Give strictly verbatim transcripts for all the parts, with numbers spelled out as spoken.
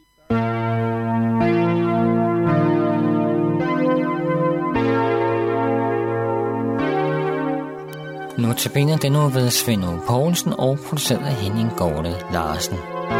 Notabene den nu ved Svend Aage Poulsen og produceret af Henning Gårde Larsen.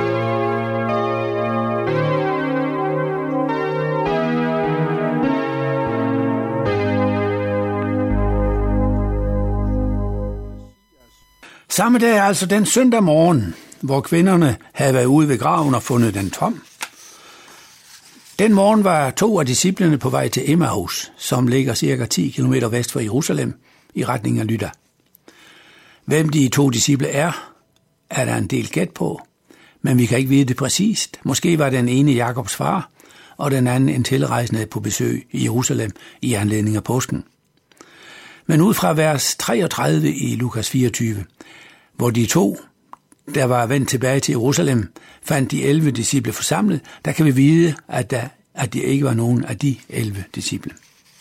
Samme dag er altså den søndag morgen, hvor kvinderne havde været ude ved graven og fundet den tom. Den morgen var to af disciplene på vej til Emmaus, som ligger cirka ti kilometer vest for Jerusalem, i retning af Lydda. Hvem de to disciple er, er der en del gæt på, men vi kan ikke vide det præcist. Måske var den ene Jakobs far, og den anden en tilrejsende på besøg i Jerusalem i anledning af påsken. Men ud fra vers treogtredive i Lukas fireogtyve, hvor de to, der var vendt tilbage til Jerusalem, fandt de elleve disciple forsamlet, der kan vi vide, at, der, at det ikke var nogen af de elleve disciple.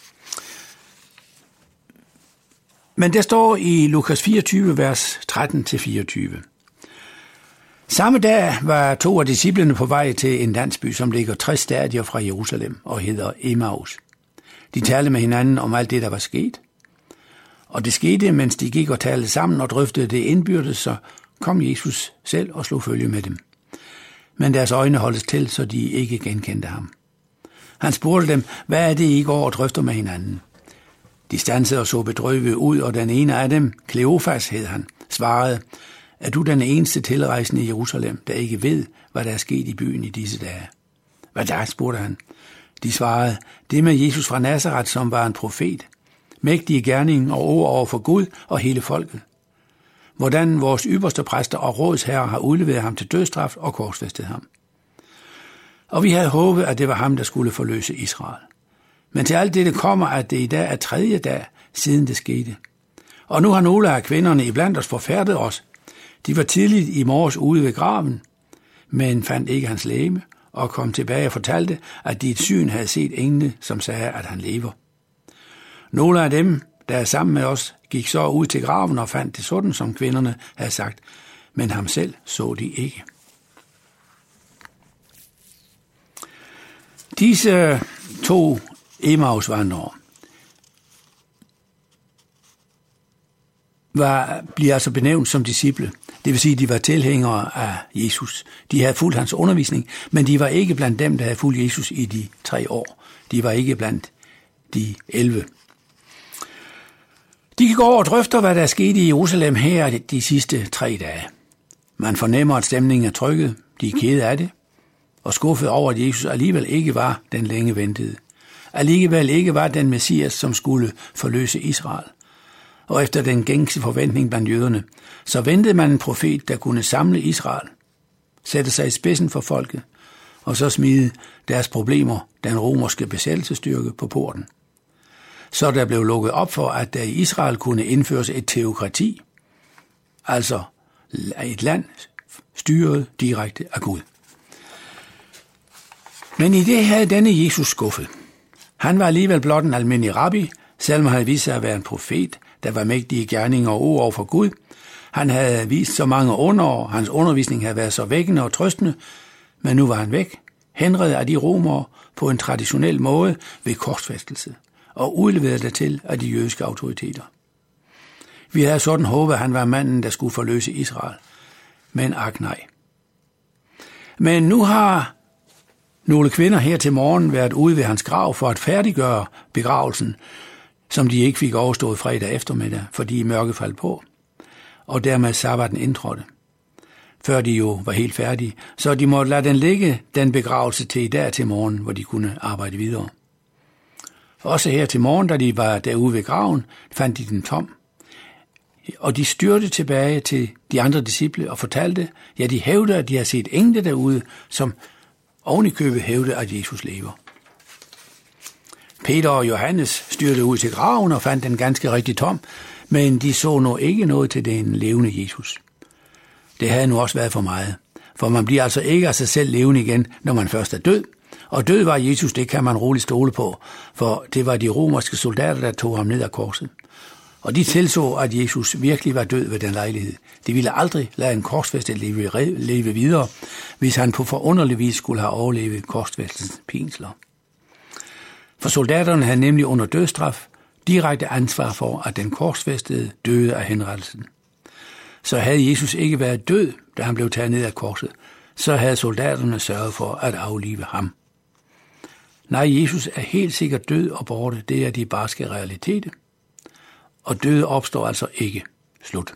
Men der står i Lukas fireogtyve, vers tretten til fireogtyve. Samme dag var to af disciplene på vej til en landsby, som ligger tres stadier fra Jerusalem og hedder Emmaus. De talte med hinanden om alt det, der var sket. Og det skete, mens de gik og talte sammen og drøftede det indbyrdes, så kom Jesus selv og slog følge med dem. Men deres øjne holdes til, så de ikke genkendte ham. Han spurgte dem, hvad er det, I går og drøfter med hinanden? De standsede og så bedrøvet ud, og den ene af dem, Kleofas hed han, svarede, er du den eneste tilrejsende i Jerusalem, der ikke ved, hvad der er sket i byen i disse dage? Hvad der, spurgte han. De svarede, det med Jesus fra Nazaret, som var en profet, mægtige gerning og ord over for Gud og hele folket. Hvordan vores ypperste præster og rådsherrer har udleveret ham til dødsstraf og korsfæstet ham. Og vi havde håbet, at det var ham, der skulle forløse Israel. Men til alt dette kommer, at det i dag er tredje dag, siden det skete. Og nu har nogle af kvinderne iblandt os forfærdet os. De var tidligt i morges ude ved graven, men fandt ikke hans legeme, og kom tilbage og fortalte, at de i et syn havde set engle, som sagde, at han lever. Nogle af dem, der er sammen med os, gik så ud til graven og fandt det sådan, som kvinderne havde sagt, men ham selv så de ikke. Disse to Emmaus-vandrere var, bliver altså benævnt som disciple. Det vil sige, at de var tilhængere af Jesus. De havde fulgt hans undervisning, men de var ikke blandt dem, der havde fulgt Jesus i de tre år. De var ikke blandt de elleve. De kan gå over og drøfte, hvad der er sket i Jerusalem her de sidste tre dage. Man fornemmer, at stemningen er trykket. De er kede af det, og skuffet over, at Jesus alligevel ikke var den længe ventede. Alligevel ikke var den Messias, som skulle forløse Israel. Og efter den gængse forventning blandt jøderne, så ventede man en profet, der kunne samle Israel, sætte sig i spidsen for folket, og så smide deres problemer, den romerske besættelsesstyrke, på porten. Så der blev lukket op for, at der i Israel kunne indføres et teokrati, altså et land styret direkte af Gud. Men i det havde denne Jesus skuffet. Han var alligevel blot en almindelig rabbi, selvom han havde vist sig at være en profet, der var mægtige gerninger og ord over for Gud. Han havde vist så mange under, og hans undervisning havde været så vækkende og trøstende, men nu var han væk, henredet af de romere på en traditionel måde ved korsfæstelse, og udleveret dertil af de jødiske autoriteter. Vi havde sådan håbet, at han var manden, der skulle forløse Israel. Men ak nej. Men nu har nogle kvinder her til morgen været ude ved hans grav for at færdiggøre begravelsen, som de ikke fik overstået fredag eftermiddag, fordi mørket faldt på, og dermed sabbaten indtrådte, før de jo var helt færdige, så de måtte lade den ligge, den begravelse, til i dag til morgen, hvor de kunne arbejde videre. Også her til morgen, da de var derude ved graven, fandt de den tom, og de styrte tilbage til de andre disciple og fortalte, ja, de hævdede, at de havde set engle derude, som ovenikøbet hævdede, at Jesus lever. Peter og Johannes styrte ud til graven og fandt den ganske rigtig tom, men de så nu ikke noget til den levende Jesus. Det havde nu også været for meget, for man bliver altså ikke af sig selv levende igen, når man først er død. Og død var Jesus, det kan man roligt stole på, for det var de romerske soldater, der tog ham ned af korset. Og de tilså, at Jesus virkelig var død ved den lejlighed. De ville aldrig lade en korsfæstet leve, leve videre, hvis han på forunderlig vis skulle have overlevet korsfæstets pinsler. For soldaterne havde nemlig under dødsstraf direkte ansvar for, at den korsfæstede døde af henrettelsen. Så havde Jesus ikke været død, da han blev taget ned af korset, så havde soldaterne sørget for at aflive ham. Nej, Jesus er helt sikkert død og borte, det er de barske realiteter. Og døde opstår altså ikke. Slut.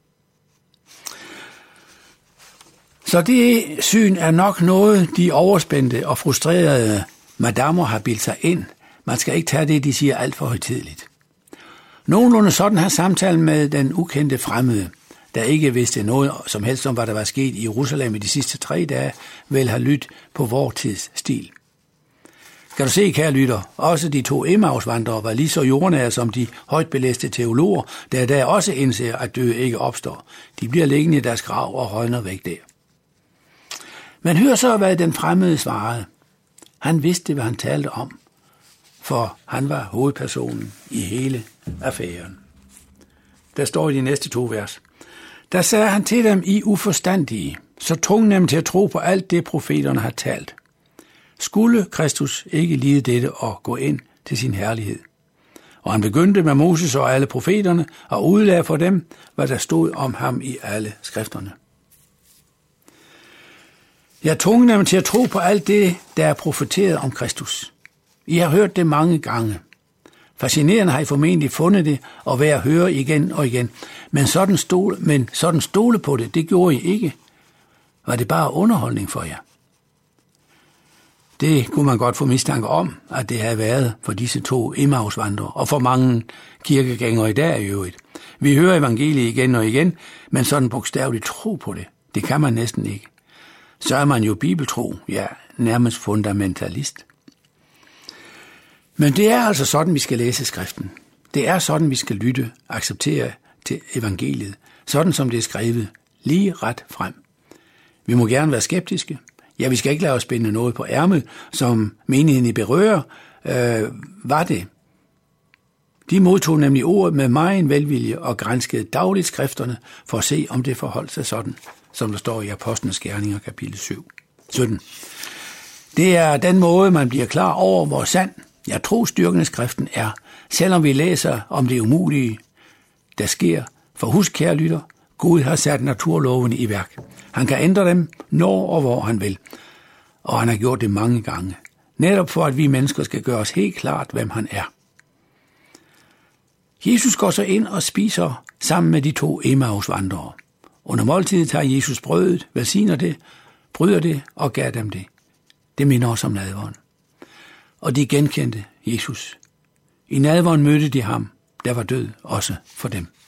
Så det syn er nok noget, de overspændte og frustrerede madammer har bildt sig ind. Man skal ikke tage det, de siger alt for højtideligt. Nogenlunde sådan har samtalen med den ukendte fremmede, der ikke vidste noget som helst om, hvad der var sket i Jerusalem i de sidste tre dage, vel har lyttet på vor tids stil. Kan du se, kære lytter, også de to Emmausvandrere var lige så jordnære som de højt belæste teologer, der der også indser, at døde ikke opstår. De bliver liggende i deres grav og højner væk der. Men hør så, hvad den fremmede svarede. Han vidste, hvad han talte om, for han var hovedpersonen i hele affæren. Der står i de næste to vers. Der sagde han til dem, I uforstandige, så tvung dem til at tro på alt det, profeterne har talt. Skulle Kristus ikke lide dette og gå ind til sin herlighed? Og han begyndte med Moses og alle profeterne og udlagde for dem, hvad der stod om ham i alle skrifterne. Jeg tvung dem til at tro på alt det, der er profeteret om Kristus. I har hørt det mange gange. Fascinerende har I formentlig fundet det og været at høre igen og igen. Men sådan, stole, men sådan stole på det, det gjorde I ikke. Var det bare underholdning for jer? Det kunne man godt få mistanke om, at det havde været for disse to Emmausvandrere og for mange kirkegængere i dag i øvrigt. Vi hører evangeliet igen og igen, men sådan bogstaveligt tro på det, det kan man næsten ikke. Så er man jo bibeltro, ja, nærmest fundamentalist. Men det er altså sådan, vi skal læse skriften. Det er sådan, vi skal lytte, acceptere til evangeliet, sådan som det er skrevet, lige ret frem. Vi må gerne være skeptiske. Ja, vi skal ikke lade os binde noget på ærmet, som menigheden i Berøre øh, var det. De modtog nemlig ordet med megen velvilje og granskede dagligt skrifterne for at se, om det forholdt sig sådan, som der står i Apostlenes Gerninger, kapitel syv, sytten. Det er den måde, man bliver klar over, hvor sand, ja, trosstyrkende skriften er, selvom vi læser om det umulige, der sker. For husk, kære lytter, Gud har sat naturlovene i værk. Han kan ændre dem, når og hvor han vil. Og han har gjort det mange gange. Netop for, at vi mennesker skal gøre os helt klart, hvem han er. Jesus går så ind og spiser sammen med de to Emmausvandrere. Under måltidet tager Jesus brødet, velsigner det, bryder det og gav dem det. Det minder os om nadveren. Og de genkendte Jesus. I nadveren mødte de ham, der var død også for dem.